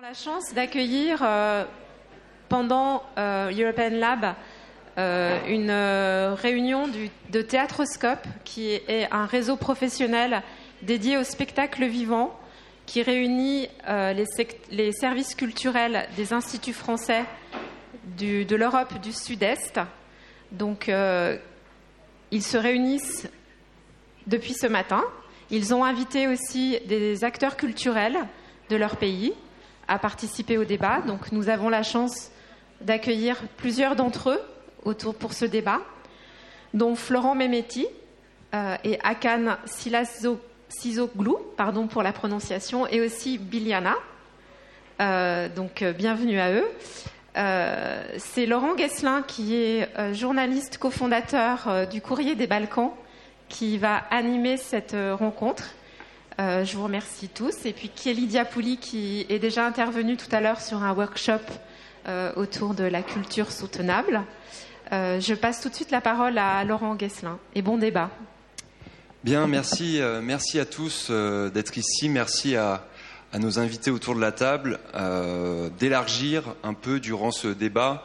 la chance d'accueillir pendant European Lab une réunion de Théâtroscope, qui est un réseau professionnel dédié au spectacle vivant, qui réunit les services culturels des instituts français de l'Europe du Sud-Est. Donc, ils se réunissent depuis ce matin. Ils ont invité aussi des acteurs culturels de leur pays à participer au débat. Donc, nous avons la chance d'accueillir plusieurs d'entre eux pour ce débat, dont Florent Mehmeti et Hakan Sizoglu, pardon pour la prononciation, et aussi Biliana. Donc, bienvenue à eux. C'est Laurent Guesselin, qui est journaliste cofondateur du Courrier des Balkans, qui va animer cette rencontre. Je vous remercie tous. Et puis Kelly Diapouli, qui est déjà intervenue tout à l'heure sur un workshop autour de la culture soutenable. Je passe tout de suite la parole à Laurent Guesselin. Et bon débat. Bien, merci à tous d'être ici. Merci à nos invités autour de la table d'élargir un peu durant ce débat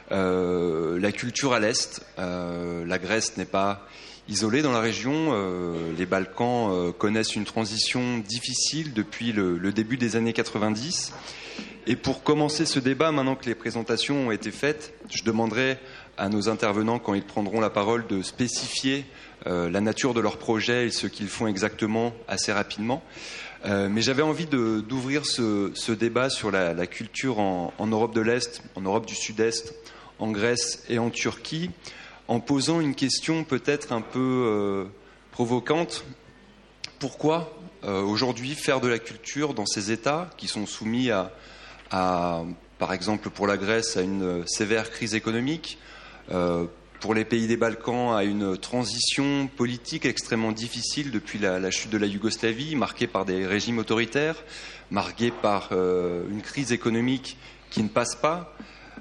la culture à l'Est. La Grèce n'est pas isolée dans la région. Les Balkans connaissent une transition difficile depuis le début des années 90. Et pour commencer ce débat, maintenant que les présentations ont été faites, je demanderai à nos intervenants, quand ils prendront la parole, de spécifier la nature de leur projet et ce qu'ils font exactement assez rapidement. Mais j'avais envie d'ouvrir ce débat sur la culture en Europe de l'Est, en Europe du Sud-Est, en Grèce et en Turquie, en posant une question peut-être un peu provocante. Pourquoi aujourd'hui faire de la culture dans ces États qui sont soumis par exemple pour la Grèce, à une sévère crise économique, pour les pays des Balkans, à une transition politique extrêmement difficile depuis la chute de la Yougoslavie, marquée par des régimes autoritaires, marquée par une crise économique qui ne passe pas.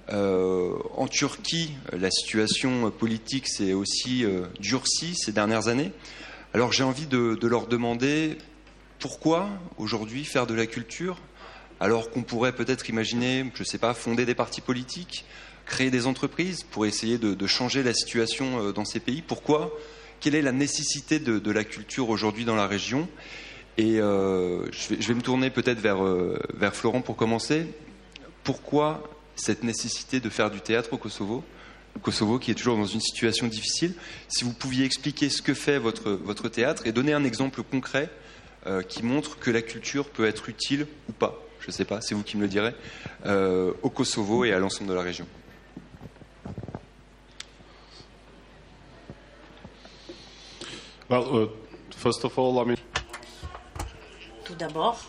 En Turquie, la situation politique s'est aussi durcie ces dernières années. Alors j'ai envie de leur demander pourquoi aujourd'hui faire de la culture, alors qu'on pourrait peut-être imaginer, je ne sais pas, fonder des partis politiques, créer des entreprises pour essayer de changer la situation dans ces pays. Pourquoi ? Quelle est la nécessité de la culture aujourd'hui dans la région ? Et je vais me tourner peut-être vers Florent pour commencer. Pourquoi cette nécessité de faire du théâtre au Kosovo ? Le Kosovo qui est toujours dans une situation difficile. Si vous pouviez expliquer ce que fait votre théâtre et donner un exemple concret qui montre que la culture peut être utile ou pas. Je ne sais pas, c'est vous qui me le direz, au Kosovo et à l'ensemble de la région. Well, first of all, I mean... Tout d'abord,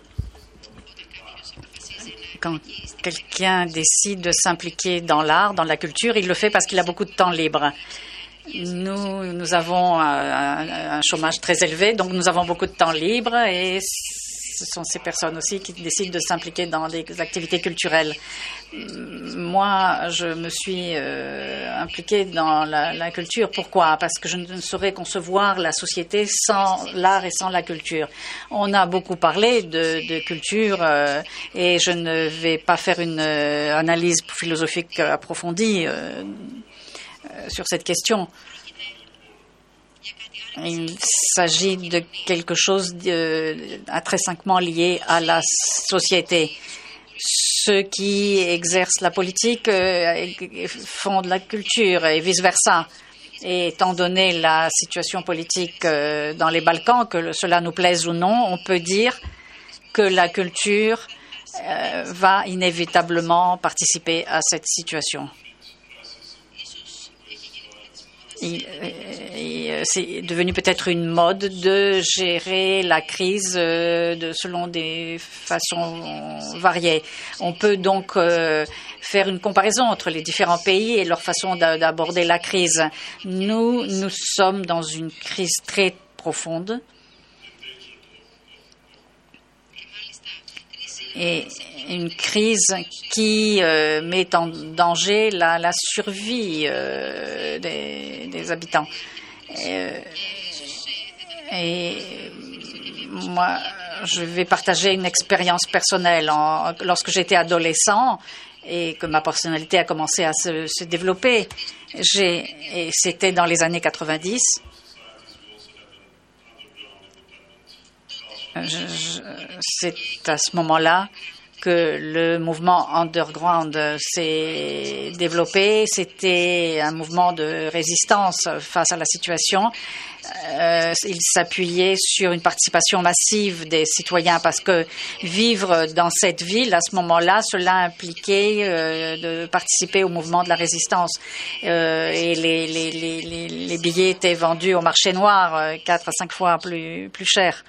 quand quelqu'un décide de s'impliquer dans l'art, dans la culture, il le fait parce qu'il a beaucoup de temps libre. Nous avons un chômage très élevé, donc nous avons beaucoup de temps libre et ce sont ces personnes aussi qui décident de s'impliquer dans des activités culturelles. Moi, je me suis impliquée dans la culture. Pourquoi ? Parce que je ne saurais concevoir la société sans l'art et sans la culture. On a beaucoup parlé de culture et je ne vais pas faire une analyse philosophique approfondie sur cette question. Il s'agit de quelque chose intrinsèquement lié à la société. Ceux qui exercent la politique font de la culture et vice-versa. Et étant donné la situation politique dans les Balkans, que cela nous plaise ou non, on peut dire que la culture va inévitablement participer à cette situation. C'est devenu peut-être une mode de gérer la crise selon des façons variées. On peut donc faire une comparaison entre les différents pays et leur façon d'aborder la crise. Nous sommes dans une crise très profonde et une crise qui met en danger la survie des habitants. Et moi, je vais partager une expérience personnelle. Lorsque j'étais adolescent et que ma personnalité a commencé à se développer, et c'était dans les années 90, c'est à ce moment-là que le mouvement underground s'est développé. C'était un mouvement de résistance face à la situation. Il s'appuyait sur une participation massive des citoyens parce que vivre dans cette ville, à ce moment-là, cela impliquait de participer au mouvement de la résistance. Et les billets étaient vendus au marché noir 4 à 5 fois plus cher.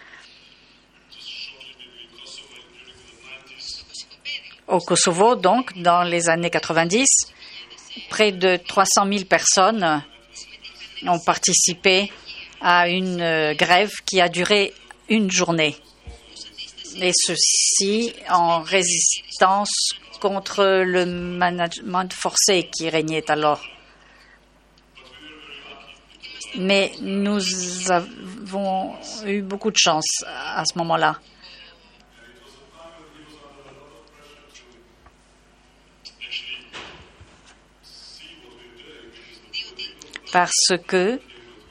Au Kosovo, donc, dans les années 90, près de 300 000 personnes ont participé à une grève qui a duré une journée. Et ceci en résistance contre le management forcé qui régnait alors. Mais nous avons eu beaucoup de chance à ce moment-là. Parce que,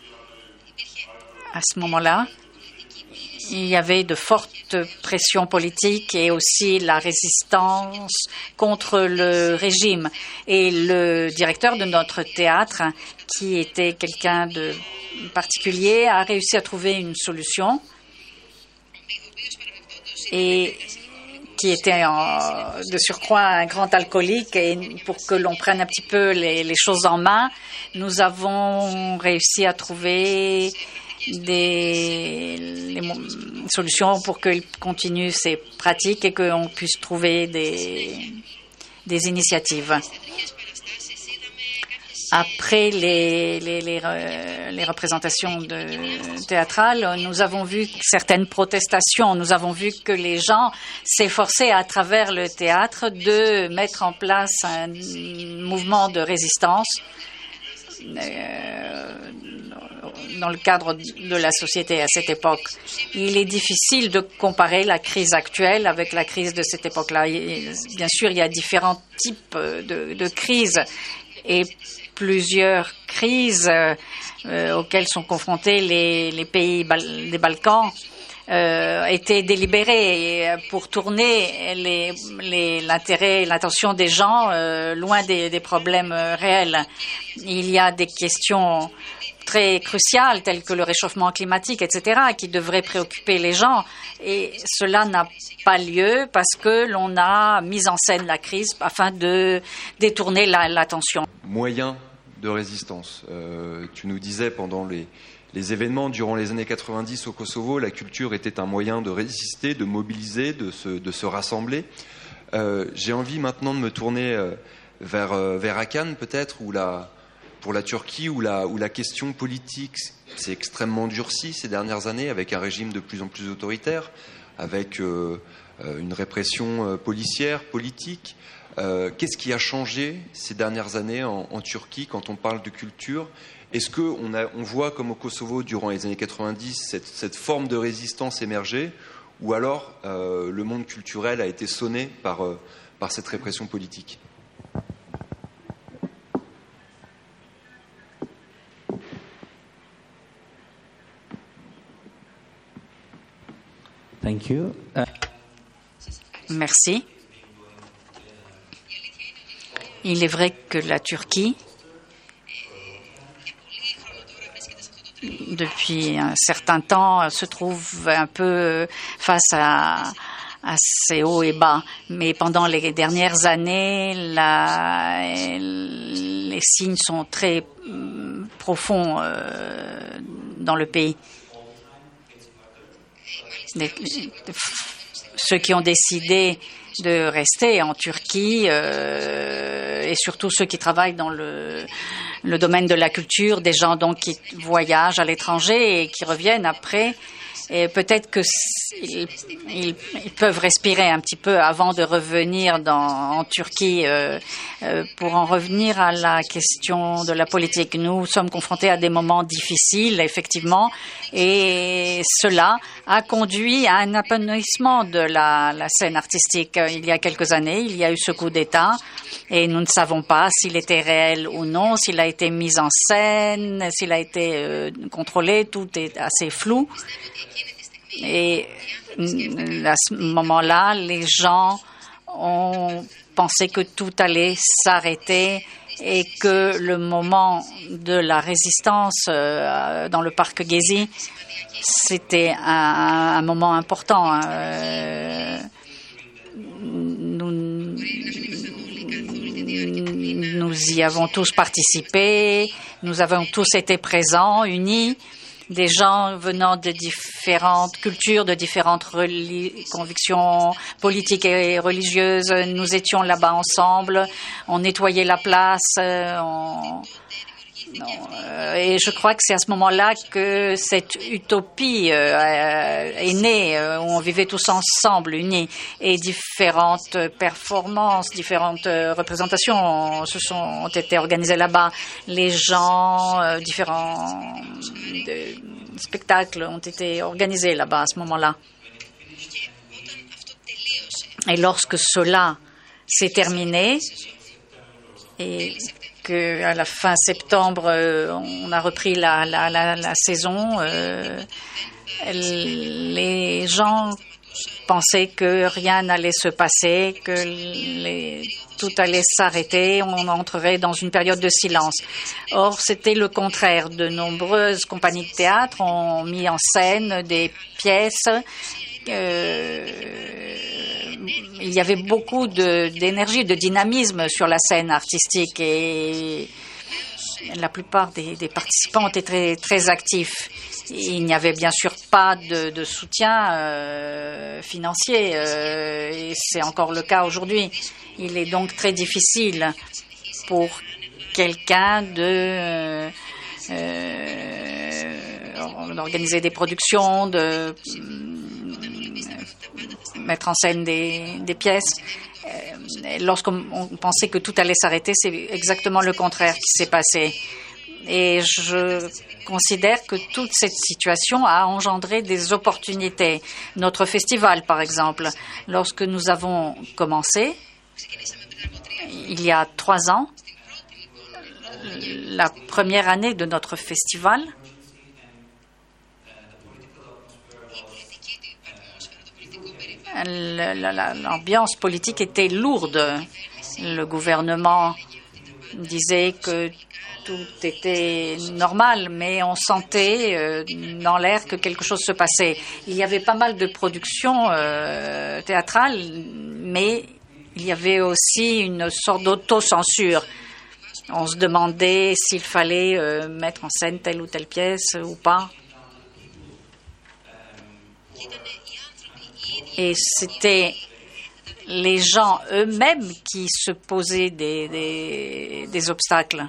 à ce moment-là, il y avait de fortes pressions politiques et aussi la résistance contre le régime. Et le directeur de notre théâtre, qui était quelqu'un de particulier, a réussi à trouver une solution et qui était de surcroît un grand alcoolique, et pour que l'on prenne un petit peu les choses en main, nous avons réussi à trouver des solutions pour qu'il continue ses pratiques et qu'on puisse trouver des initiatives. Après les représentations théâtrales, nous avons vu certaines protestations. Nous avons vu que les gens s'efforçaient à travers le théâtre de mettre en place un mouvement de résistance dans le cadre de la société à cette époque. Il est difficile de comparer la crise actuelle avec la crise de cette époque-là. Bien sûr, il y a différents types de crises et plusieurs crises auxquelles sont confrontés les pays des Balkans étaient délibérées pour tourner l'intérêt et l'attention des gens loin des problèmes réels. Il y a des questions très cruciales telles que le réchauffement climatique, etc., qui devraient préoccuper les gens. Et cela n'a pas lieu parce que l'on a mis en scène la crise afin de détourner l'attention. Moyen de résistance. Tu nous disais pendant les événements durant les années 90 au Kosovo, la culture était un moyen de résister, de mobiliser, de se rassembler. J'ai envie maintenant de me tourner vers Hakan peut-être, pour la Turquie, où la question politique s'est extrêmement durcie ces dernières années, avec un régime de plus en plus autoritaire, avec une répression policière, politique. Qu'est-ce qui a changé ces dernières années en Turquie quand on parle de culture? Est-ce qu'on voit comme au Kosovo durant les années 90 cette forme de résistance émerger, ou alors le monde culturel a été sonné par cette répression politique? Thank you. Merci. Il est vrai que la Turquie, depuis un certain temps, se trouve un peu face à ces hauts et bas. Mais pendant les dernières années, les signes sont très profonds dans le pays. Ceux qui ont décidé de rester en Turquie et surtout ceux qui travaillent dans le domaine de la culture, des gens donc qui voyagent à l'étranger et qui reviennent après, Et peut-être qu'ils peuvent respirer un petit peu avant de revenir en Turquie. Pour en revenir à la question de la politique, nous sommes confrontés à des moments difficiles, effectivement, et cela a conduit à un épanouissement de la scène artistique. Il y a quelques années, il y a eu ce coup d'État, et nous ne savons pas s'il était réel ou non, s'il a été mis en scène, s'il a été contrôlé. Tout est assez flou. Et à ce moment-là, les gens ont pensé que tout allait s'arrêter et que le moment de la résistance dans le parc Gezi, c'était un moment important. Nous y avons tous participé, nous avons tous été présents, unis. Des gens venant de différentes cultures, de différentes convictions politiques et religieuses. Nous étions là-bas ensemble, on nettoyait la place, et je crois que c'est à ce moment-là que cette utopie est née, où on vivait tous ensemble, unis, et différentes performances, différentes représentations ont été organisées là-bas. Les gens, différents spectacles ont été organisés là-bas à ce moment-là. Et lorsque cela s'est terminé, et qu'à la fin septembre, on a repris la saison, les gens pensaient que rien n'allait se passer, que tout allait s'arrêter, on entrerait dans une période de silence. Or, c'était le contraire. De nombreuses compagnies de théâtre ont mis en scène des pièces. Il y avait beaucoup d'énergie, de dynamisme sur la scène artistique et la plupart des participants ont été très, très actifs. Il n'y avait bien sûr pas de soutien financier et c'est encore le cas aujourd'hui. Il est donc très difficile pour quelqu'un d'organiser des productions, de mettre en scène des pièces. Lorsqu'on pensait que tout allait s'arrêter, c'est exactement le contraire qui s'est passé. Et je considère que toute cette situation a engendré des opportunités. Notre festival, par exemple, lorsque nous avons commencé, il y a 3 ans, la première année de notre festival, l'ambiance politique était lourde. Le gouvernement disait que tout était normal, mais on sentait dans l'air que quelque chose se passait. Il y avait pas mal de productions théâtrales, mais il y avait aussi une sorte d'autocensure. On se demandait s'il fallait mettre en scène telle ou telle pièce ou pas. Et c'était les gens eux-mêmes qui se posaient des obstacles.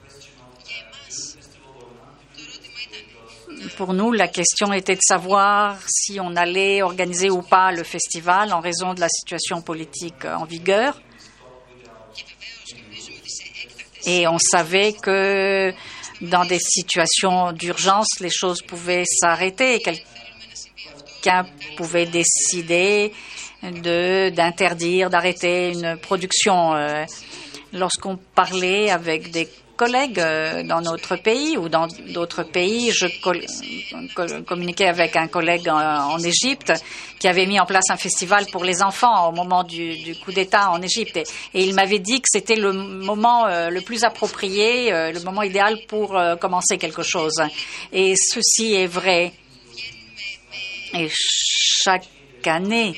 Pour nous, la question était de savoir si on allait organiser ou pas le festival en raison de la situation politique en vigueur. Et on savait que dans des situations d'urgence, les choses pouvaient s'arrêter. Quelqu'un pouvait décider d'interdire, d'arrêter une production. Lorsqu'on parlait avec des collègues dans notre pays ou dans d'autres pays, je communiquais avec un collègue en Égypte qui avait mis en place un festival pour les enfants au moment du coup d'État en Égypte. Et il m'avait dit que c'était le moment le plus approprié, le moment idéal pour commencer quelque chose. Et ceci est vrai. Et chaque année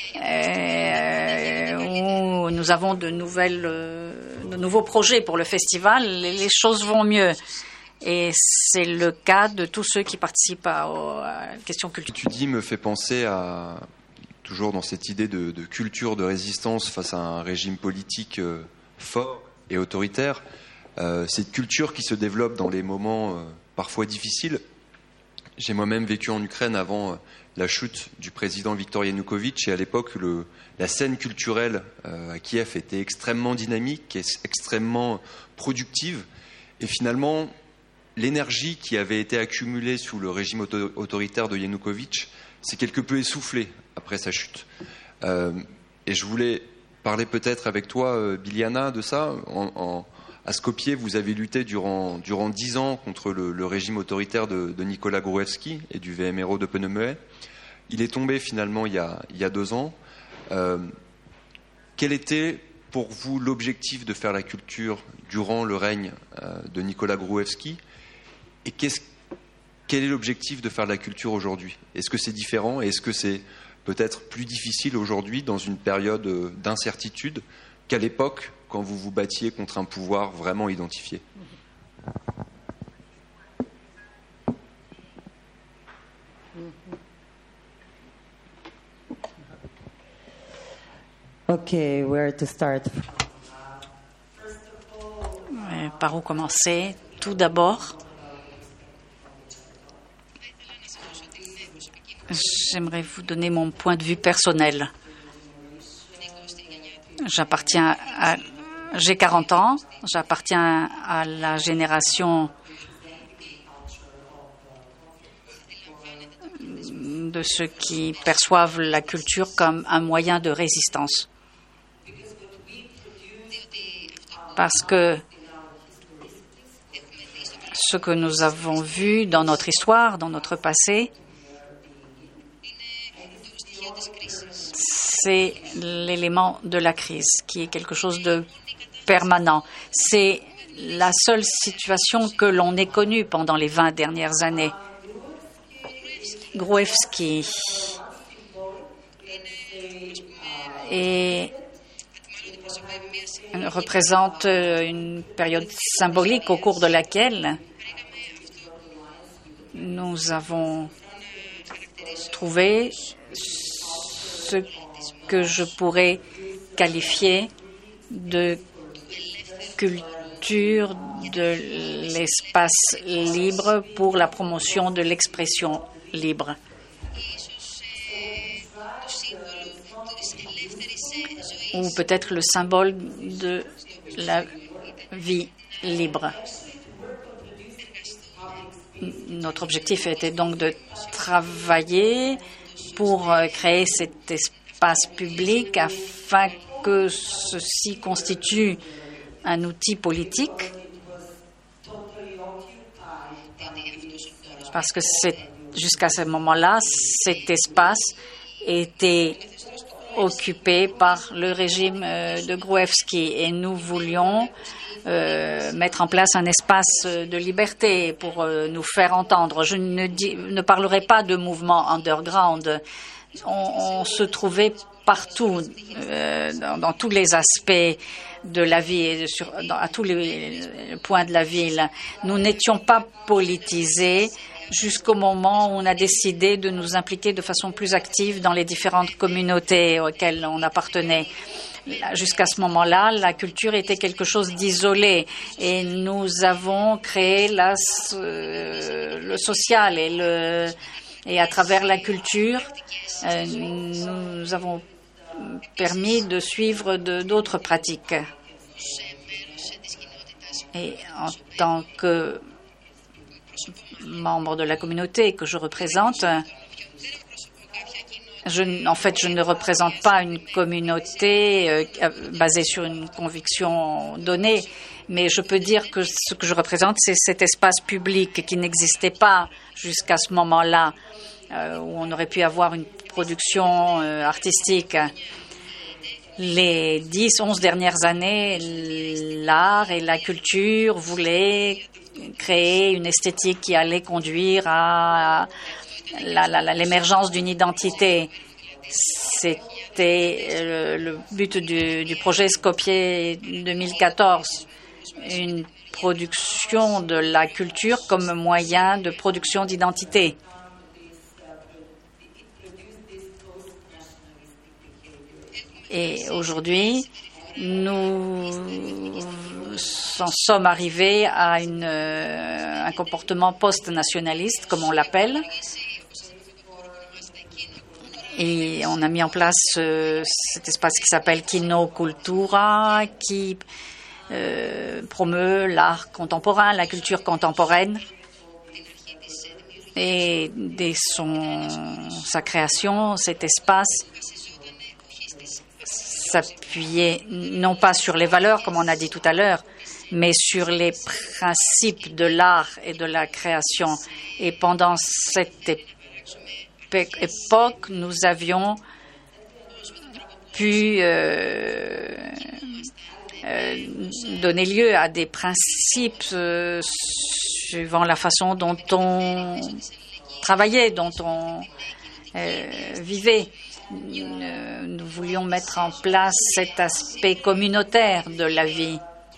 où nous avons de nouveaux projets pour le festival, les choses vont mieux. Et c'est le cas de tous ceux qui participent à la question culturelle. Ce que tu dis me fait penser à, toujours dans cette idée de culture de résistance face à un régime politique fort et autoritaire, cette culture qui se développe dans les moments parfois difficiles. J'ai moi-même vécu en Ukraine avant la chute du président Viktor Yanukovych, et à l'époque, la scène culturelle à Kiev était extrêmement dynamique, extrêmement productive, et finalement, l'énergie qui avait été accumulée sous le régime autoritaire de Yanukovych s'est quelque peu essoufflée après sa chute. Et je voulais parler peut-être avec toi, Biljana, de ça. À Skopje, vous avez lutté durant 10 ans contre le régime autoritaire de Nicolas Gruevski et du VMRO de Penemühe. Il est tombé finalement il y a 2 ans. Quel était pour vous l'objectif de faire la culture durant le règne de Nicolas Gruevski, et quel est l'objectif de faire la culture aujourd'hui? Est-ce que c'est différent, et est-ce que c'est peut-être plus difficile aujourd'hui dans une période d'incertitude qu'à l'époque quand vous vous battiez contre un pouvoir vraiment identifié? Okay, where to start? Par où commencer? Tout d'abord, j'aimerais vous donner mon point de vue personnel. J'ai 40 ans, j'appartiens à la génération de ceux qui perçoivent la culture comme un moyen de résistance. Parce que ce que nous avons vu dans notre histoire, dans notre passé, c'est l'élément de la crise, qui est quelque chose de permanent. C'est la seule situation que l'on ait connue pendant les 20 dernières années. Gruevski représente une période symbolique au cours de laquelle nous avons trouvé ce que je pourrais qualifier de culture de l'espace libre pour la promotion de l'expression libre. Ou peut-être le symbole de la vie libre. Notre objectif était donc de travailler pour créer cet espace public afin que ceci constitue un outil politique, parce que jusqu'à ce moment-là, cet espace était occupé par le régime de Gruevski, et nous voulions mettre en place un espace de liberté pour nous faire entendre. Je ne parlerai pas de mouvement underground. On se trouvait partout, dans tous les aspects de la vie et à tous les points de la ville. Nous n'étions pas politisés jusqu'au moment où on a décidé de nous impliquer de façon plus active dans les différentes communautés auxquelles on appartenait. Jusqu'à ce moment-là, la culture était quelque chose d'isolé, et nous avons créé le social et à travers la culture, nous avons permis de suivre d'autres pratiques. Et en tant que membre de la communauté que je représente, je ne représente pas une communauté basée sur une conviction donnée, mais je peux dire que ce que je représente, c'est cet espace public qui n'existait pas jusqu'à ce moment-là, où on aurait pu avoir une production artistique. Les 10-11 dernières années, l'art et la culture voulaient créer une esthétique qui allait conduire à l'émergence d'une identité. C'était le but du projet Skopje 2014, une production de la culture comme moyen de production d'identité. Et aujourd'hui, nous en sommes arrivés à un comportement post-nationaliste, comme on l'appelle. Et on a mis en place cet espace qui s'appelle Kino Cultura, qui promeut l'art contemporain, la culture contemporaine. Et dès sa création, cet espace s'appuyait non pas sur les valeurs, comme on a dit tout à l'heure, mais sur les principes de l'art et de la création. Et pendant cette époque, nous avions pu donner lieu à des principes suivant la façon dont on travaillait, dont on vivait. Nous voulions mettre en place cet aspect communautaire de la vie.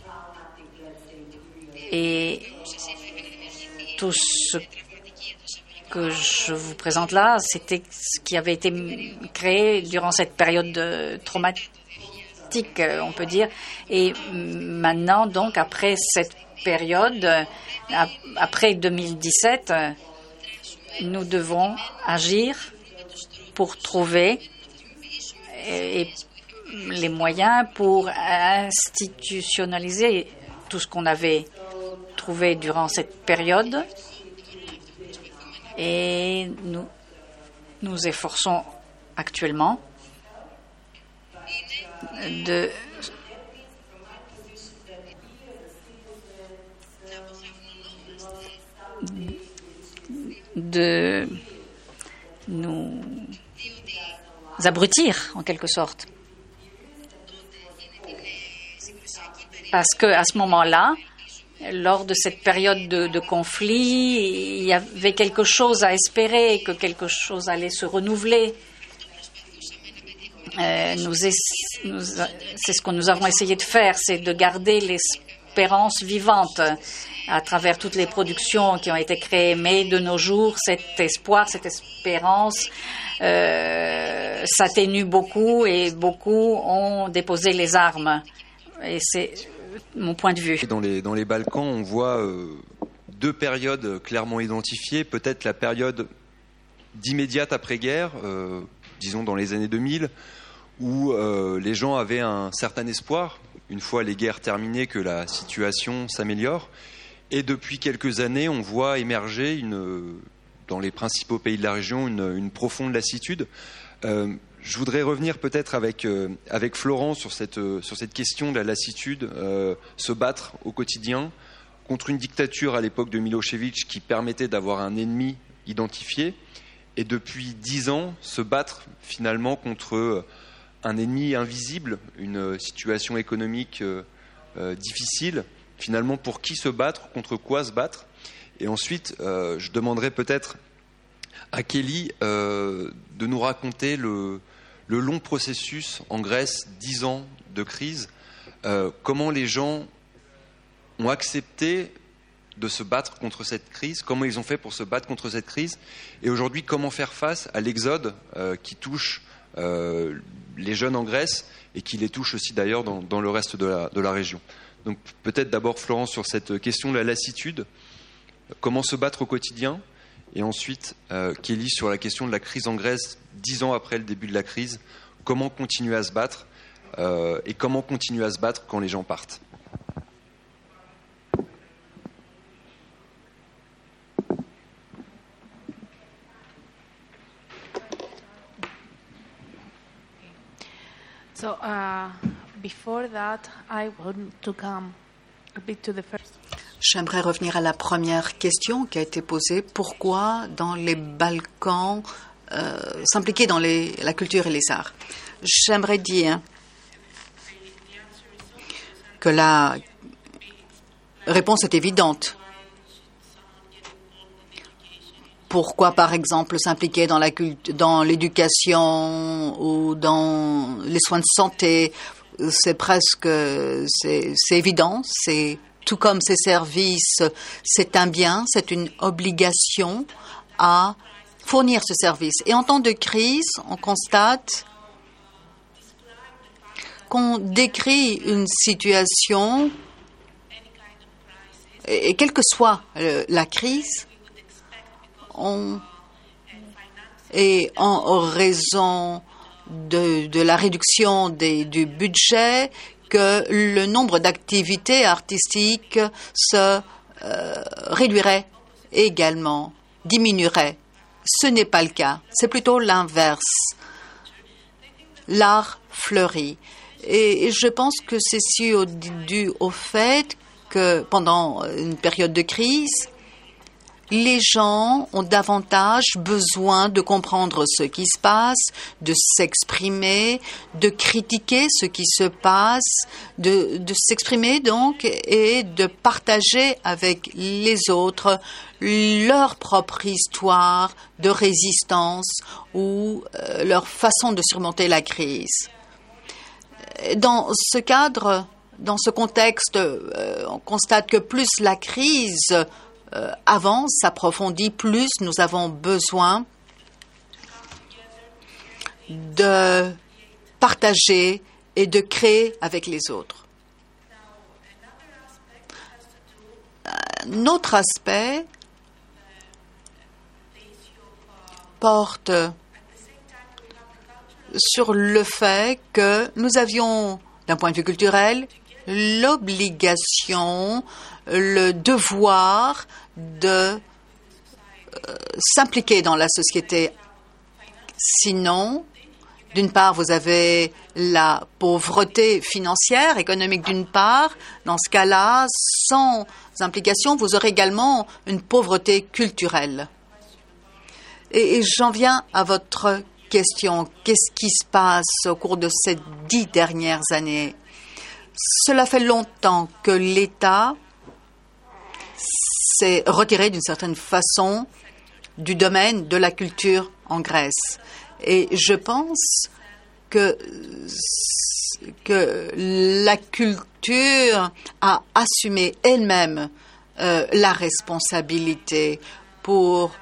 Et tout ce que je vous présente là, c'était ce qui avait été créé durant cette période traumatique, on peut dire. Et maintenant, donc, après cette période, après 2017, nous devons agir pour trouver les moyens pour institutionnaliser tout ce qu'on avait trouvé durant cette période. Et nous nous efforçons actuellement de nous abrutir, en quelque sorte. Parce qu'à ce moment-là, lors de cette période de conflit, il y avait quelque chose à espérer, que quelque chose allait se renouveler. C'est ce que nous avons essayé de faire, c'est de garder l'espérance vivante à travers toutes les productions qui ont été créées. Mais de nos jours, cet espoir, cette espérance s'atténue beaucoup et beaucoup ont déposé les armes. Et c'est mon point de vue. Dans les Balkans, on voit deux périodes clairement identifiées. Peut-être la période d'immédiate après-guerre, disons dans les années 2000, où les gens avaient un certain espoir, une fois les guerres terminées, que la situation s'améliore. Et depuis quelques années, on voit émerger, dans les principaux pays de la région, une profonde lassitude. Je voudrais revenir peut-être avec Florent sur cette question de la lassitude, se battre au quotidien contre une dictature à l'époque de Milošević qui permettait d'avoir un ennemi identifié, et depuis 10 ans se battre finalement contre un ennemi invisible, une situation économique difficile. Finalement, pour qui se battre, contre quoi se battre? Et ensuite, je demanderais peut-être à Kelly de nous raconter le long processus en Grèce, 10 ans de crise, comment les gens ont accepté de se battre contre cette crise, comment ils ont fait pour se battre contre cette crise, et aujourd'hui comment faire face à l'exode qui touche les jeunes en Grèce et qui les touche aussi d'ailleurs dans le reste de la région. Donc peut-être d'abord Florence sur cette question de la lassitude, comment se battre au quotidien, et ensuite Kelly sur la question de la crise en Grèce 10 ans après le début de la crise, comment continuer à se battre et comment continuer à se battre quand les gens partent. So before that, I want to come a bit to the first. J'aimerais revenir à la première question qui a été posée. Pourquoi dans les Balkans s'impliquer dans la culture et les arts? J'aimerais dire que la réponse est évidente. Pourquoi, par exemple, s'impliquer dans l'éducation ou dans les soins de santé? C'est évident. C'est tout comme ces services, c'est un bien, c'est une obligation à fournir ce service. Et en temps de crise, on constate Lorsqu'on décrit une situation, et quelle que soit la crise, et en raison de la réduction du budget, que le nombre d'activités artistiques se réduirait également, diminuerait. Ce n'est pas le cas, c'est plutôt l'inverse. L'art fleurit. Et je pense que c'est dû au fait que pendant une période de crise, les gens ont davantage besoin de comprendre ce qui se passe, de s'exprimer, de critiquer ce qui se passe, de s'exprimer donc et de partager avec les autres leur propre histoire de résistance ou leur façon de surmonter la crise. Dans ce cadre, dans ce contexte, on constate que plus la crise avance, s'approfondit, plus nous avons besoin de partager et de créer avec les autres. Un autre aspect porte sur le fait que nous avions, d'un point de vue culturel, l'obligation, le devoir de s'impliquer dans la société. Sinon, d'une part, vous avez la pauvreté financière, économique d'une part. Dans ce cas-là, sans implication, vous aurez également une pauvreté culturelle. Et j'en viens à votre question. Qu'est-ce qui se passe au cours de ces 10 dernières années? Cela fait longtemps que l'État s'est retiré d'une certaine façon du domaine de la culture en Grèce. Et je pense que la culture a assumé elle-même la responsabilité pour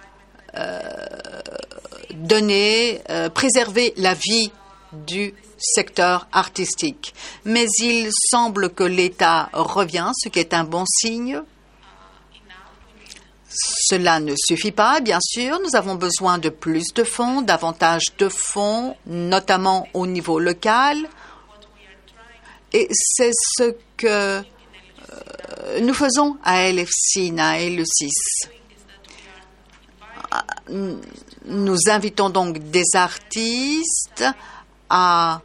préserver la vie du secteur artistique. Mais il semble que l'État revient, ce qui est un bon signe. Cela ne suffit pas, bien sûr. Nous avons besoin de plus de fonds, davantage de fonds, notamment au niveau local. Et c'est ce que nous faisons à LFCINA et le 6. Nous invitons donc des artistes à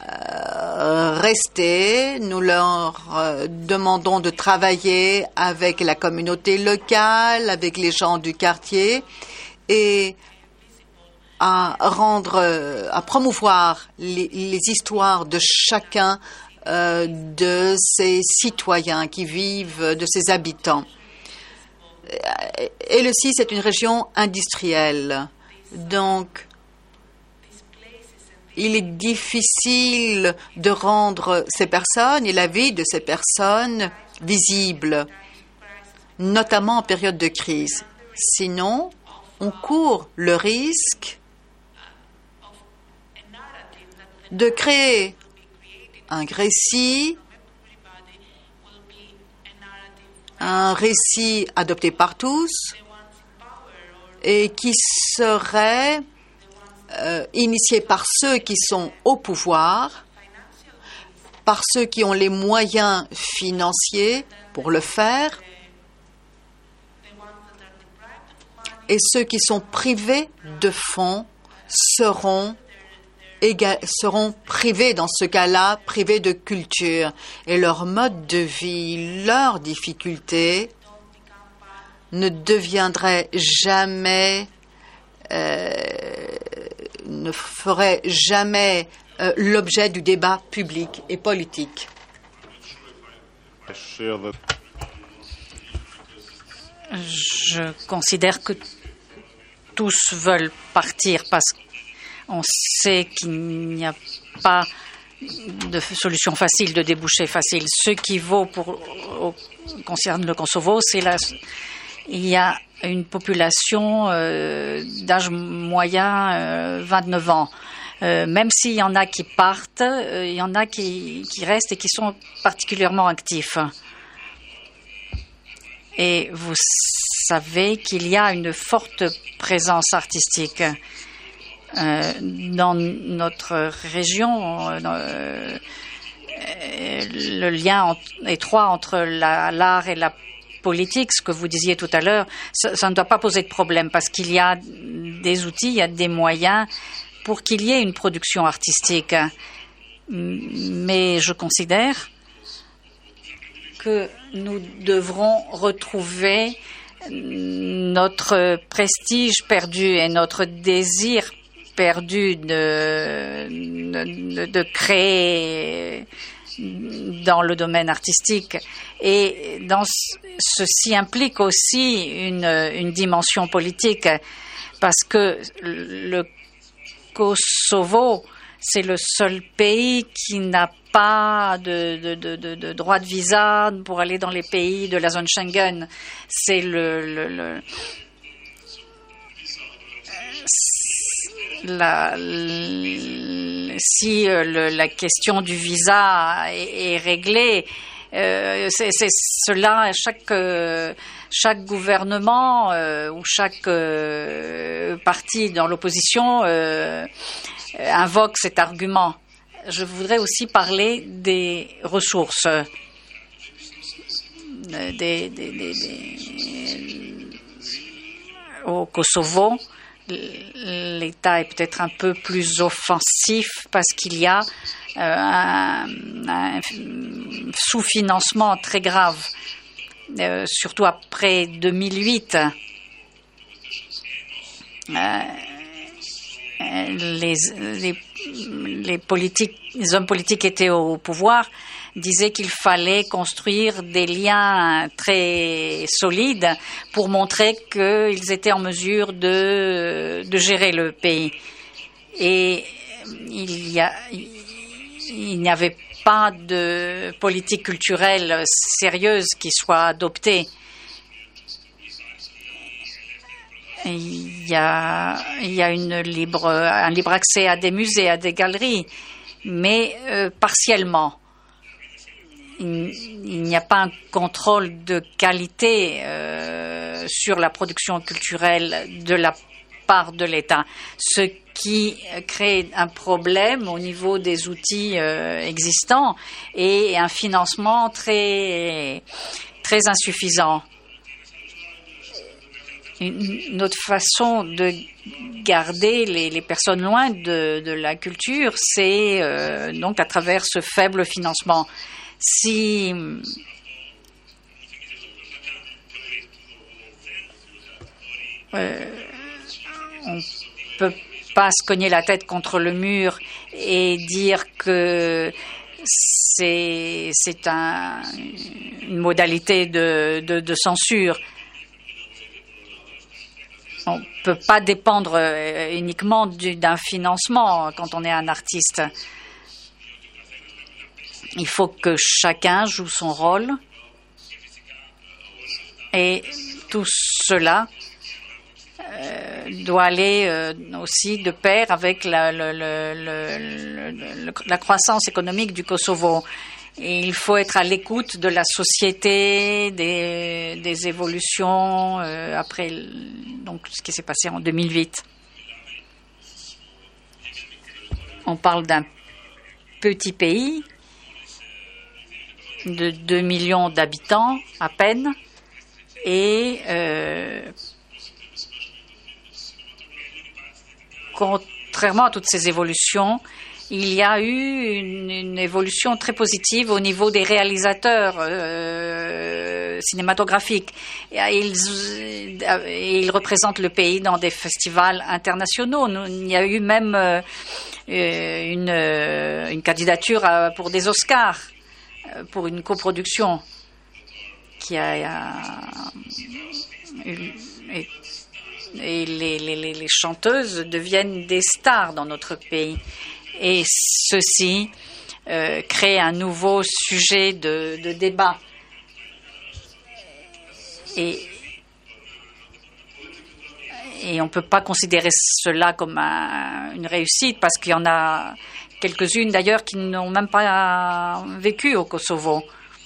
rester. Nous leur demandons de travailler avec la communauté locale, avec les gens du quartier et à promouvoir les histoires de chacun de ces citoyens qui vivent, de ces habitants. Et le 6 est une région industrielle. Donc, il est difficile de rendre ces personnes et la vie de ces personnes visibles, notamment en période de crise. Sinon, on court le risque de créer un récit adopté par tous et qui serait initié par ceux qui sont au pouvoir, par ceux qui ont les moyens financiers pour le faire, et ceux qui sont privés de fonds seront privés, dans ce cas-là, privés de culture. Et leur mode de vie, leurs difficultés ne deviendraient jamais, ne feraient jamais l'objet du débat public et politique. Je considère que tous veulent partir parce qu'on sait qu'il n'y a pas de solution facile, de débouché facile. Ce qui vaut concerne le Kosovo, il y a une population d'âge moyen 29 ans. Même s'il y en a qui partent, il y en a qui restent et qui sont particulièrement actifs. Et vous savez qu'il y a une forte présence artistique dans notre région. Le lien étroit entre l'art et la politique, ce que vous disiez tout à l'heure, ça ne doit pas poser de problème parce qu'il y a des outils, il y a des moyens pour qu'il y ait une production artistique. Mais je considère que nous devrons retrouver notre prestige perdu et notre désir perdu de créer dans le domaine artistique. Et ceci implique aussi une dimension politique parce que le Kosovo, c'est le seul pays qui n'a pas de droit de visa pour aller dans les pays de la zone Schengen. C'est si la question du visa est réglée, c'est cela, chaque gouvernement ou chaque parti dans l'opposition invoque cet argument. Je voudrais aussi parler des ressources, au Kosovo. L'État est peut-être un peu plus offensif parce qu'il y a un sous-financement très grave, surtout après 2008. Les hommes politiques étaient au pouvoir, disaient qu'il fallait construire des liens très solides pour montrer qu'ils étaient en mesure de gérer le pays. Et il n'y avait pas de politique culturelle sérieuse qui soit adoptée. Il y a un libre accès à des musées, à des galeries, mais partiellement. Il n'y a pas un contrôle de qualité sur la production culturelle de la part de l'État, ce qui crée un problème au niveau des outils existants et un financement très, très insuffisant. Une autre façon de garder les personnes loin de la culture, c'est donc à travers ce faible financement. Si on ne peut pas se cogner la tête contre le mur et dire que c'est une modalité de censure. On ne peut pas dépendre uniquement d'un financement quand on est un artiste. Il faut que chacun joue son rôle et tout cela doit aller aussi de pair avec la croissance économique du Kosovo. Et il faut être à l'écoute de la société, des évolutions après donc ce qui s'est passé en 2008. On parle d'un petit pays de 2 millions d'habitants à peine et contrairement à toutes ces évolutions, il y a eu une évolution très positive au niveau des réalisateurs cinématographiques. Ils représentent le pays dans des festivals internationaux. Il y a eu même une candidature pour des Oscars, pour une coproduction qui et les chanteuses deviennent des stars dans notre pays. Et ceci crée un nouveau sujet de débat. Et Et on ne peut pas considérer cela comme une réussite parce qu'il y en a quelques-unes d'ailleurs qui n'ont même pas vécu au Kosovo.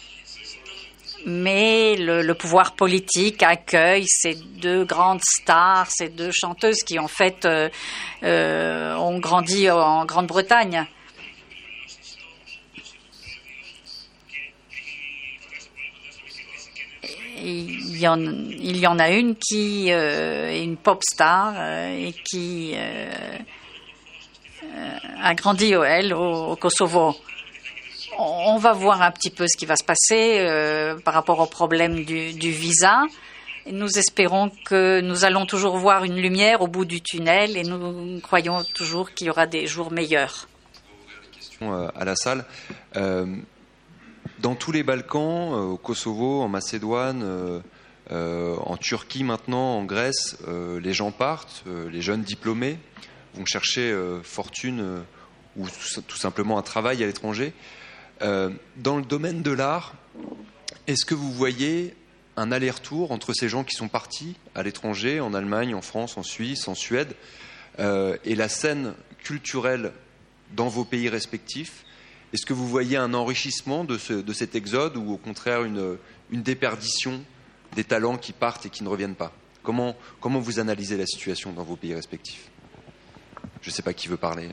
Mais le pouvoir politique accueille ces deux grandes stars, ces deux chanteuses qui en fait ont grandi en Grande-Bretagne. Il y en a une qui est une pop star et qui a grandi au Kosovo. On va voir un petit peu ce qui va se passer par rapport au problème du visa. Nous espérons que nous allons toujours voir une lumière au bout du tunnel et nous croyons toujours qu'il y aura des jours meilleurs. À la salle. Dans tous les Balkans, au Kosovo, en Macédoine, en Turquie maintenant, en Grèce, les gens partent, les jeunes diplômés vont chercher fortune ou tout simplement un travail à l'étranger. Dans le domaine de l'art, est-ce que vous voyez un aller-retour entre ces gens qui sont partis à l'étranger, en Allemagne, en France, en Suisse, en Suède, et la scène culturelle dans vos pays respectifs? Est-ce que vous voyez un enrichissement de cet exode ou au contraire une déperdition des talents qui partent et qui ne reviennent pas? Comment vous analysez la situation dans vos pays respectifs? Je ne sais pas qui veut parler.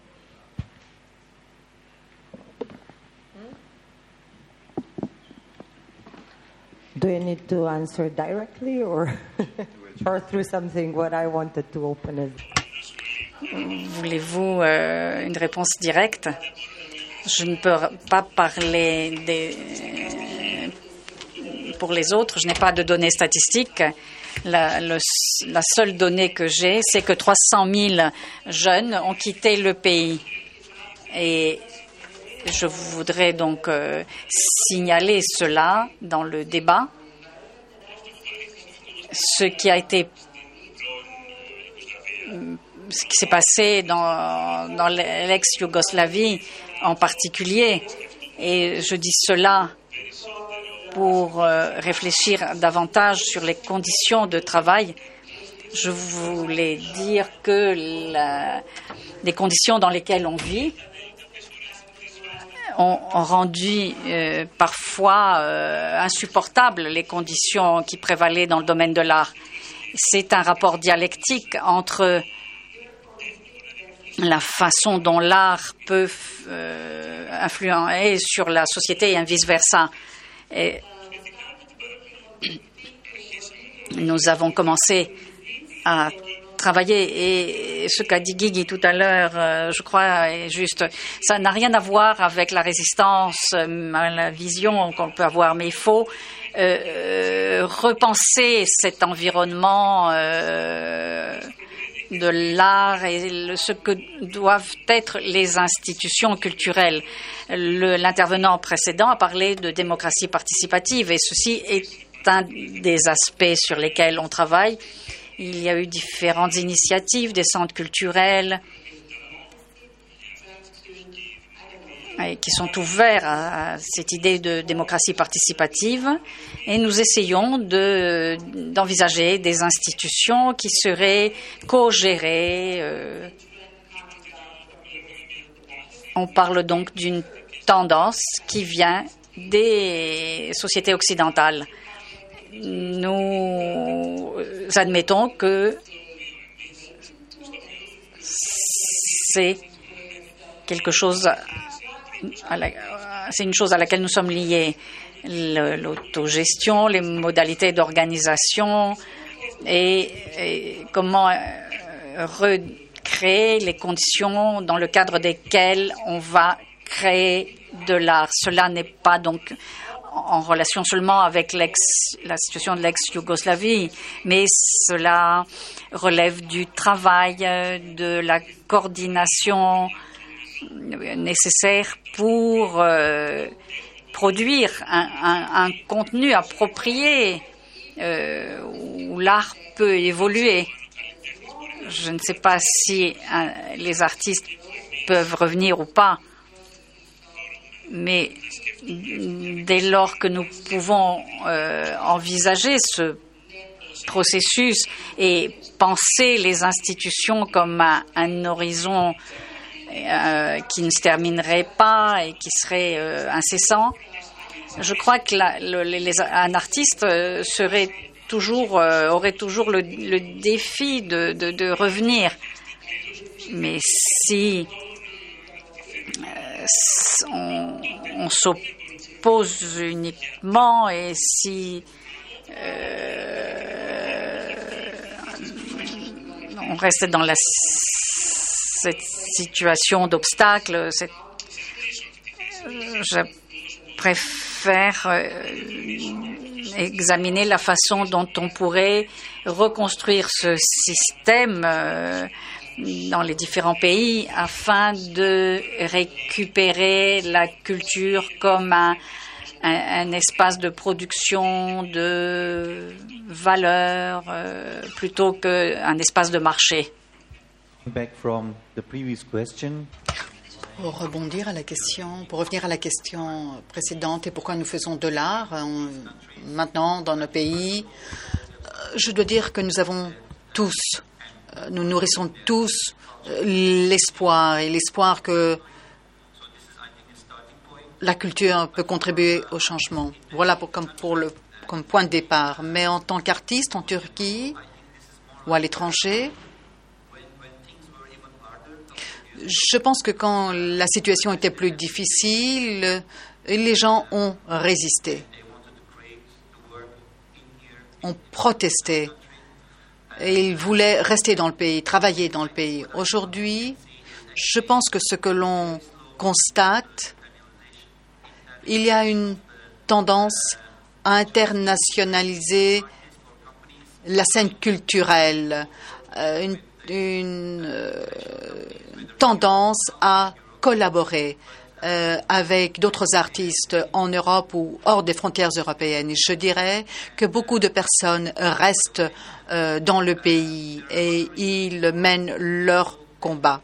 Do you need to answer directly or through something what I wanted to open it? Voulez-vous une réponse directe? Je ne peux pas parler pour les autres. Je n'ai pas de données statistiques. La seule donnée que j'ai, c'est que 300 000 jeunes ont quitté le pays. Et je voudrais donc signaler cela dans le débat. Ce qui s'est passé dans l'ex-Yougoslavie en particulier. Et je dis cela pour réfléchir davantage sur les conditions de travail. Je voulais dire que les conditions dans lesquelles on vit ont rendu parfois insupportables les conditions qui prévalaient dans le domaine de l'art. C'est un rapport dialectique entre la façon dont l'art peut influencer sur la société et vice-versa. Nous avons commencé à travailler et ce qu'a dit Guigui tout à l'heure, je crois, est juste. Ça n'a rien à voir avec la résistance à la vision qu'on peut avoir, mais il faut repenser cet environnement de l'art et ce que doivent être les institutions culturelles. L'intervenant précédent a parlé de démocratie participative et ceci est un des aspects sur lesquels on travaille. Il y a eu différentes initiatives, des centres culturels qui sont ouverts à cette idée de démocratie participative et nous essayons d'envisager des institutions qui seraient co-gérées. On parle donc d'une tendance qui vient des sociétés occidentales. Nous admettons que c'est quelque chose, c'est une chose à laquelle nous sommes liés. L'autogestion, les modalités d'organisation et comment recréer les conditions dans le cadre desquelles on va créer de l'art. Cela n'est pas donc en relation seulement avec la situation de l'ex-Yougoslavie, mais cela relève du travail, de la coordination nécessaire pour produire un contenu approprié où l'art peut évoluer. Je ne sais pas si les artistes peuvent revenir ou pas, mais dès lors que nous pouvons envisager ce processus et penser les institutions comme un horizon qui ne se terminerait pas et qui serait incessant. Je crois que un artiste aurait toujours le défi de revenir. Mais si on s'oppose uniquement et si on reste dans cette situation d'obstacle, je préfère examiner la façon dont on pourrait reconstruire ce système dans les différents pays afin de récupérer la culture comme un espace de production de valeur plutôt qu'un espace de marché. Back from the previous question. Pour revenir à la question précédente et pourquoi nous faisons de l'art maintenant dans nos pays, je dois dire que nous avons tous, nous nourrissons tous l'espoir que la culture peut contribuer au changement. Voilà comme point de départ. Mais en tant qu'artiste en Turquie ou à l'étranger, je pense que quand la situation était plus difficile, les gens ont résisté, ont protesté. Et ils voulaient rester dans le pays, travailler dans le pays. Aujourd'hui, je pense que ce que l'on constate, il y a une tendance à internationaliser la scène culturelle, une tendance à collaborer avec d'autres artistes en Europe ou hors des frontières européennes. Et je dirais que beaucoup de personnes restent dans le pays et ils mènent leur combat.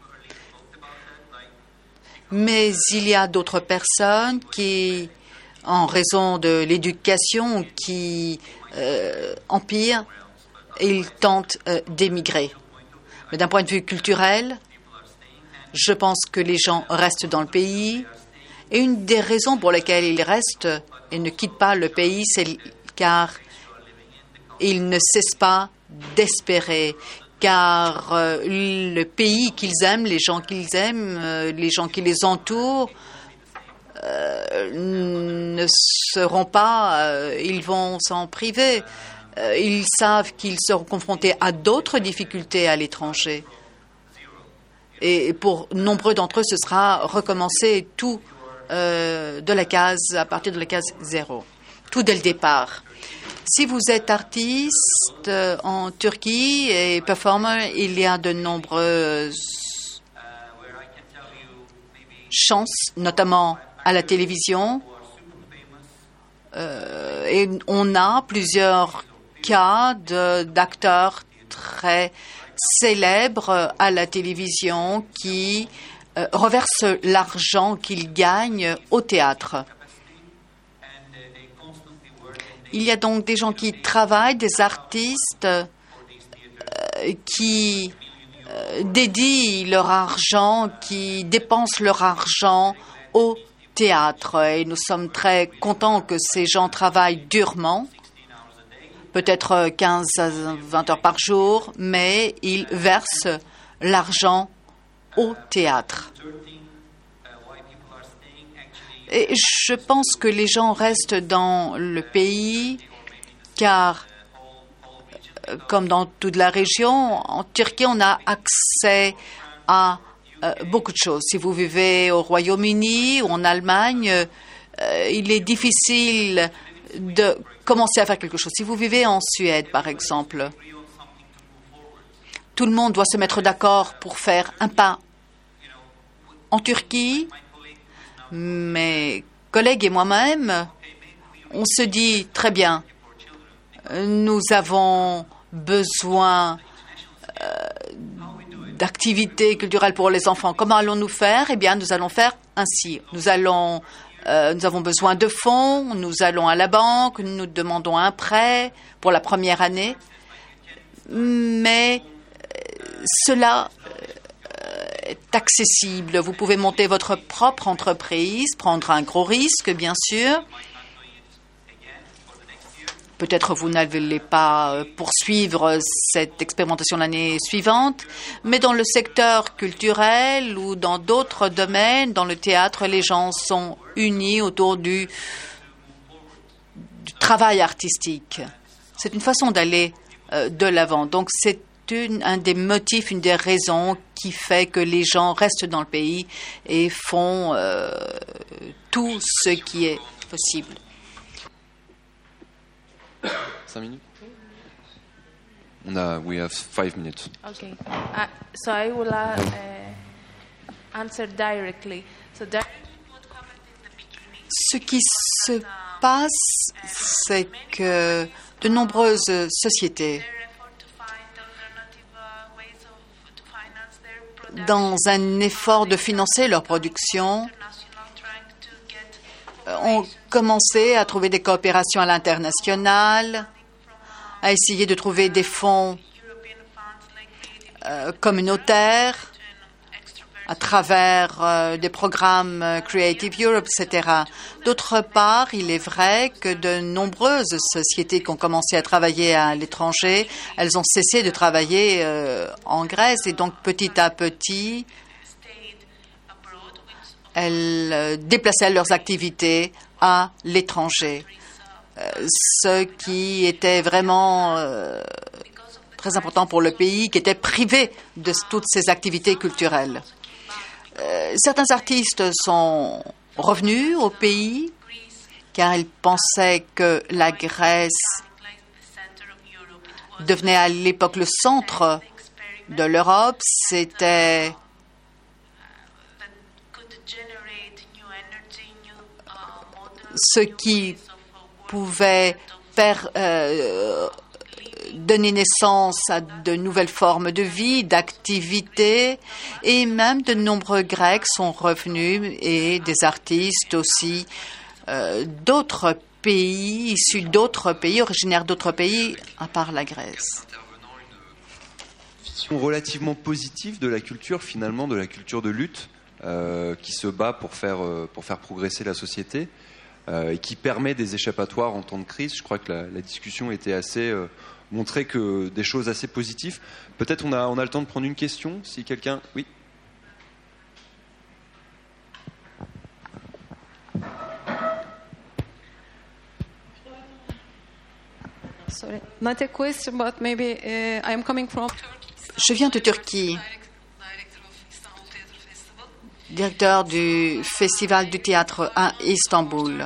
Mais il y a d'autres personnes qui, en raison de l'éducation qui empire, ils tentent d'émigrer. Mais d'un point de vue culturel, je pense que les gens restent dans le pays. Et une des raisons pour lesquelles ils restent et ne quittent pas le pays, c'est car ils ne cessent pas d'espérer. Car le pays qu'ils aiment, les gens qu'ils aiment, les gens qui les entourent, ne seront pas, ils vont s'en priver. Ils savent qu'ils seront confrontés à d'autres difficultés à l'étranger. Et pour nombreux d'entre eux, ce sera recommencer tout à partir de la case 0, tout dès le départ. Si vous êtes artiste en Turquie et performer, il y a de nombreuses chances, notamment à la télévision. Et on a plusieurs cas d'acteurs très célèbres à la télévision qui reversent l'argent qu'ils gagnent au théâtre. Il y a donc des gens qui travaillent, des artistes qui dédient leur argent, qui dépensent leur argent au théâtre. Et nous sommes très contents que ces gens travaillent durement, peut-être 15 à 20 heures par jour, mais ils versent l'argent au théâtre. Et je pense que les gens restent dans le pays car, comme dans toute la région, en Turquie, on a accès à beaucoup de choses. Si vous vivez au Royaume-Uni ou en Allemagne, il est difficile de commencer à faire quelque chose. Si vous vivez en Suède, par exemple, tout le monde doit se mettre d'accord pour faire un pas. En Turquie, mes collègues et moi-même, on se dit très bien, nous avons besoin d'activités culturelles pour les enfants. Comment allons-nous faire? Eh bien, nous allons faire ainsi. Nous avons besoin de fonds, nous allons à la banque, nous demandons un prêt pour la première année mais cela est accessible. Vous pouvez monter votre propre entreprise, prendre un gros risque, bien sûr. Peut-être vous n'allez pas poursuivre cette expérimentation l'année suivante, mais dans le secteur culturel ou dans d'autres domaines, dans le théâtre, les gens sont unis autour du travail artistique. C'est une façon d'aller de l'avant. Donc c'est un des motifs, une des raisons qui fait que les gens restent dans le pays et font tout ce qui est possible. 5 minutes? We have 5 minutes. Okay. So I will answer directly. Ce qui se passe, c'est que de nombreuses sociétés, dans un effort de financer leur production, ont commencé à trouver des coopérations à l'international, à essayer de trouver des fonds communautaires à travers des programmes Creative Europe, etc. D'autre part, il est vrai que de nombreuses sociétés qui ont commencé à travailler à l'étranger, elles ont cessé de travailler en Grèce et donc petit à petit, elles déplaçaient leurs activités à l'étranger, ce qui était vraiment très important pour le pays, qui était privé de toutes ces activités culturelles. Certains artistes sont revenus au pays car ils pensaient que la Grèce devenait à l'époque le centre de l'Europe. C'était ce qui pouvait donner naissance à de nouvelles formes de vie, d'activités, et même de nombreux Grecs sont revenus et des artistes aussi d'autres pays, issus d'autres pays, originaires d'autres pays, à part la Grèce. Une vision relativement positive de la culture, finalement, de la culture de lutte, qui se bat pour faire progresser la société et qui permet des échappatoires en temps de crise. Je crois que la discussion était assez montrer que des choses assez positives. Peut-être on a le temps de prendre une question, si quelqu'un... Oui. Sorry, not a question, but maybe I'm coming from. Je viens de Turquie, directeur du Festival du théâtre à Istanbul.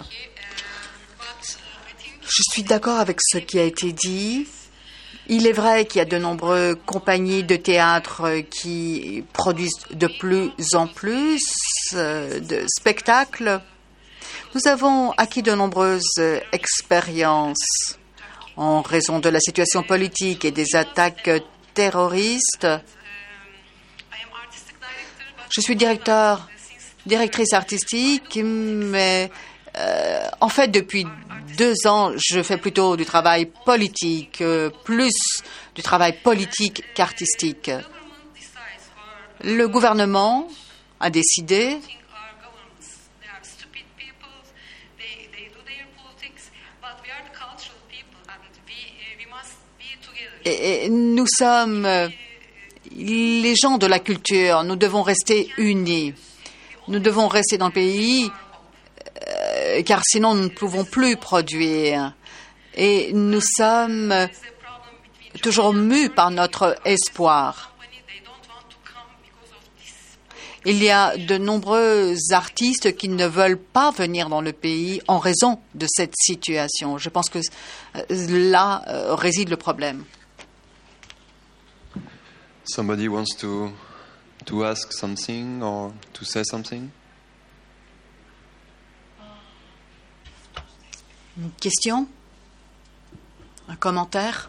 Je suis d'accord avec ce qui a été dit. Il est vrai qu'il y a de nombreuses compagnies de théâtre qui produisent de plus en plus de spectacles. Nous avons acquis de nombreuses expériences en raison de la situation politique et des attaques terroristes. Je suis directrice artistique, mais en fait, depuis 2 ans, je fais plutôt du travail politique, plus du travail politique qu'artistique. Le gouvernement a décidé et nous sommes les gens de la culture, nous devons rester unis. Nous devons rester dans le pays car sinon nous ne pouvons plus produire. Et nous sommes toujours mus par notre espoir. Il y a de nombreux artistes qui ne veulent pas venir dans le pays en raison de cette situation. Je pense que là réside le problème. Somebody wants to ask something or to say something? Une question? Un commentaire?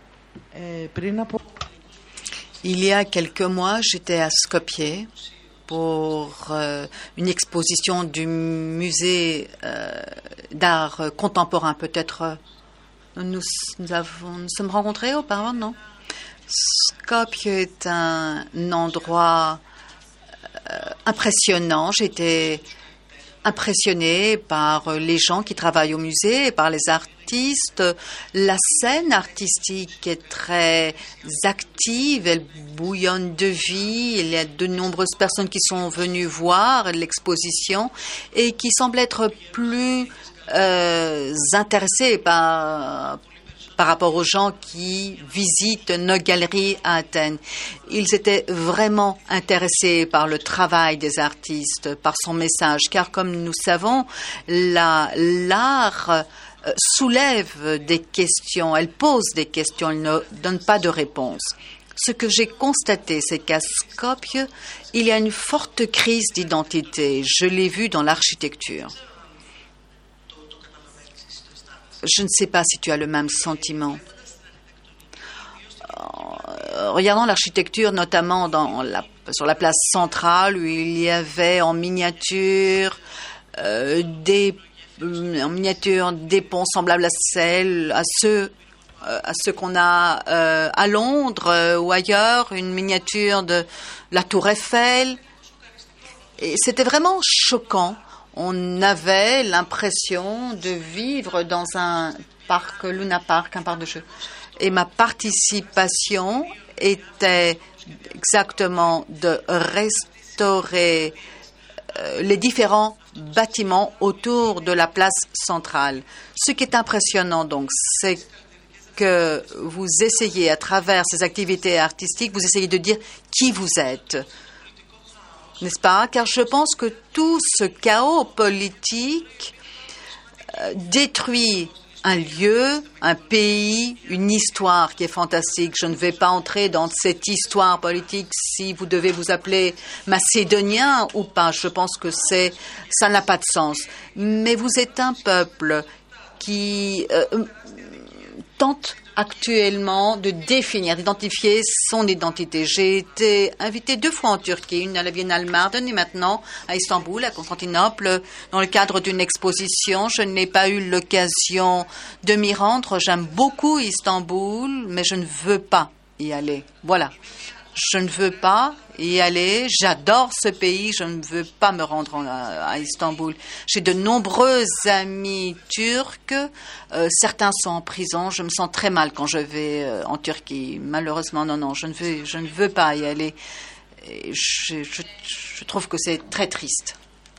Il y a quelques mois, j'étais à Skopje pour une exposition du musée d'art contemporain. Peut-être nous sommes rencontrés auparavant, non? Skopje est un endroit impressionnant. J'étais impressionnée par les gens qui travaillent au musée et par les artistes. La scène artistique est très active, elle bouillonne de vie. Il y a de nombreuses personnes qui sont venues voir l'exposition et qui semblent être plus intéressées par rapport aux gens qui visitent nos galeries à Athènes. Ils étaient vraiment intéressés par le travail des artistes, par son message, car comme nous savons, l'art soulève des questions, elle pose des questions, elle ne donne pas de réponse. Ce que j'ai constaté, c'est qu'à Skopje, il y a une forte crise d'identité. Je l'ai vu dans l'architecture. Je ne sais pas si tu as le même sentiment. Regardons l'architecture, notamment sur la place centrale, où il y avait en miniature des ponts semblables à ceux qu'on a à Londres ou ailleurs, une miniature de la Tour Eiffel. Et c'était vraiment choquant. On avait l'impression de vivre dans un parc, Luna Park, un parc de jeux. Et ma participation était exactement de restaurer les différents bâtiments autour de la place centrale. Ce qui est impressionnant, donc, c'est que vous essayez, à travers ces activités artistiques, vous essayez de dire qui vous êtes. N'est-ce pas? Car je pense que tout ce chaos politique détruit un lieu, un pays, une histoire qui est fantastique. Je ne vais pas entrer dans cette histoire politique si vous devez vous appeler macédonien ou pas. Je pense que ça n'a pas de sens. Mais vous êtes un peuple qui tente actuellement de définir, d'identifier son identité. J'ai été invitée 2 fois en Turquie, une à la Biennale Marden et maintenant à Istanbul, à Constantinople, dans le cadre d'une exposition. Je n'ai pas eu l'occasion de m'y rendre. J'aime beaucoup Istanbul, mais je ne veux pas y aller. Voilà. Je ne veux pas y aller. J'adore ce pays. Je ne veux pas me rendre à Istanbul. J'ai de nombreux amis turcs. Certains sont en prison. Je me sens très mal quand je vais en Turquie. Malheureusement, non, je ne veux pas y aller. Et je trouve que c'est très triste.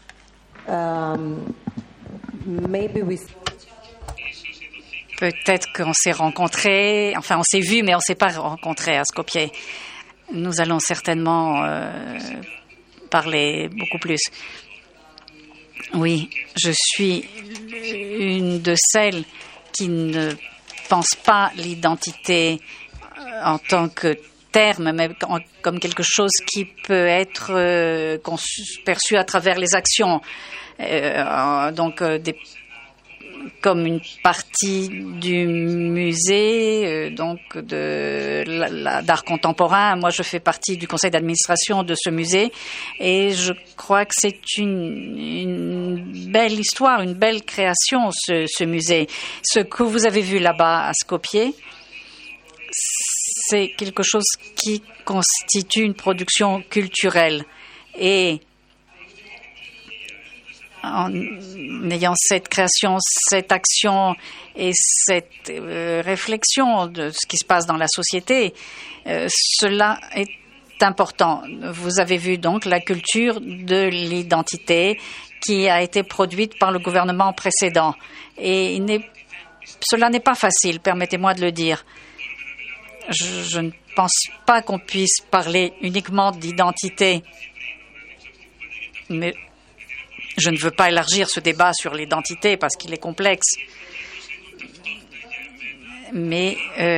Peut-être qu'on s'est rencontrés, enfin on s'est vus, mais on ne s'est pas rencontrés à Skopje. Nous allons certainement parler beaucoup plus. Oui, je suis une de celles qui ne pense pas l'identité en tant que terme, mais comme quelque chose qui peut être perçu à travers les actions. Comme une partie du musée d'art contemporain. Moi, je fais partie du conseil d'administration de ce musée et je crois que c'est une belle histoire, une belle création, ce musée. Ce que vous avez vu là-bas à Skopje, c'est quelque chose qui constitue une production culturelle. Et en ayant cette création, cette action et cette réflexion de ce qui se passe dans la société, cela est important. Vous avez vu donc la culture de l'identité qui a été produite par le gouvernement précédent. Et cela n'est pas facile, permettez-moi de le dire. Je ne pense pas qu'on puisse parler uniquement d'identité, mais je ne veux pas élargir ce débat sur l'identité parce qu'il est complexe. Mais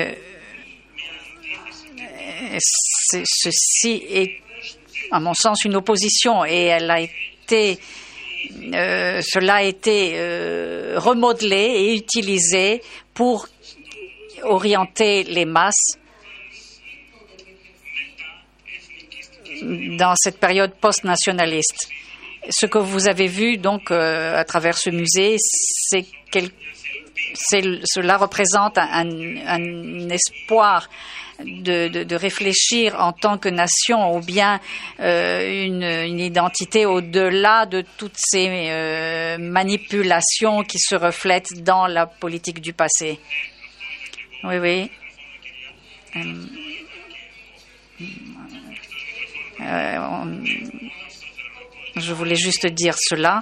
ceci est, à mon sens, une opposition et cela a été remodelé et utilisé pour orienter les masses dans cette période post-nationaliste. Ce que vous avez vu donc à travers ce musée, cela représente un espoir de réfléchir en tant que nation ou bien une identité au-delà de toutes ces manipulations qui se reflètent dans la politique du passé. Oui, oui. Je voulais juste dire cela.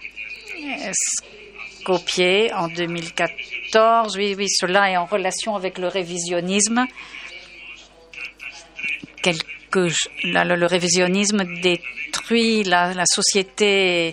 Skopje en 2014, oui, cela est en relation avec le révisionnisme. Le révisionnisme détruit la société.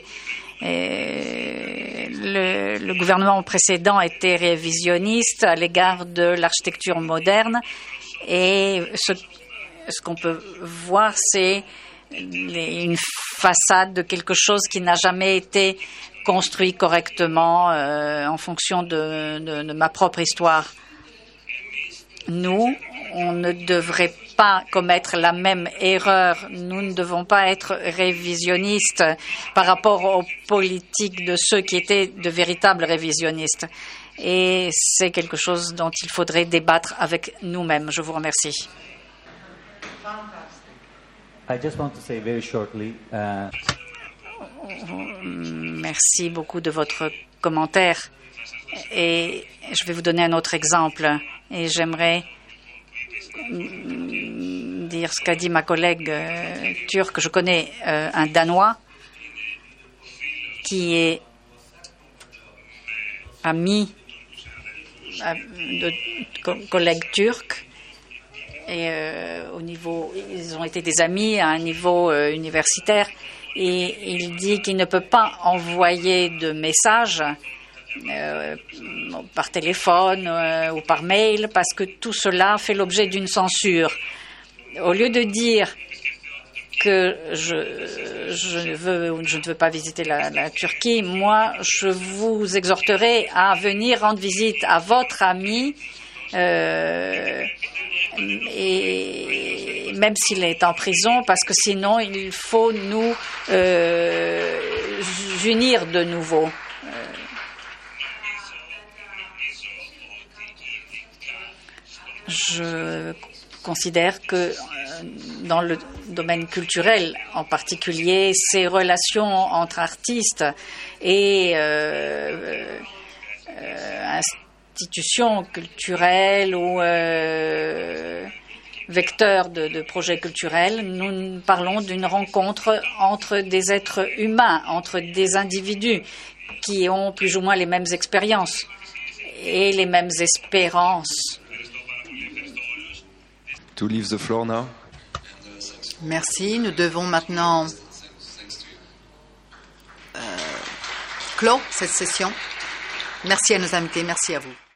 Le gouvernement précédent était révisionniste à l'égard de l'architecture moderne et ce qu'on peut voir, c'est une façade de quelque chose qui n'a jamais été construit correctement en fonction de ma propre histoire. Nous, on ne devrait pas commettre la même erreur. Nous ne devons pas être révisionnistes par rapport aux politiques de ceux qui étaient de véritables révisionnistes. Et c'est quelque chose dont il faudrait débattre avec nous-mêmes. Je vous remercie. I just want to say very shortly, Merci beaucoup de votre commentaire. Et je vais vous donner un autre exemple. Et j'aimerais dire ce qu'a dit ma collègue turque. Je connais un Danois qui est ami de collègues turcs. Et au niveau, ils ont été des amis à un niveau universitaire. Et il dit qu'il ne peut pas envoyer de messages par téléphone ou par mail parce que tout cela fait l'objet d'une censure. Au lieu de dire que je ne veux pas visiter la Turquie, moi, je vous exhorterai à venir rendre visite à votre ami et même s'il est en prison, parce que sinon il faut nous unir de nouveau. Je considère que dans le domaine culturel en particulier, ces relations entre artistes et institutions culturelles ou vecteurs de projets culturels, nous parlons d'une rencontre entre des êtres humains, entre des individus qui ont plus ou moins les mêmes expériences et les mêmes espérances. To leave the floor now. Merci. Nous devons maintenant clore cette session. Merci à nos invités. Merci à vous.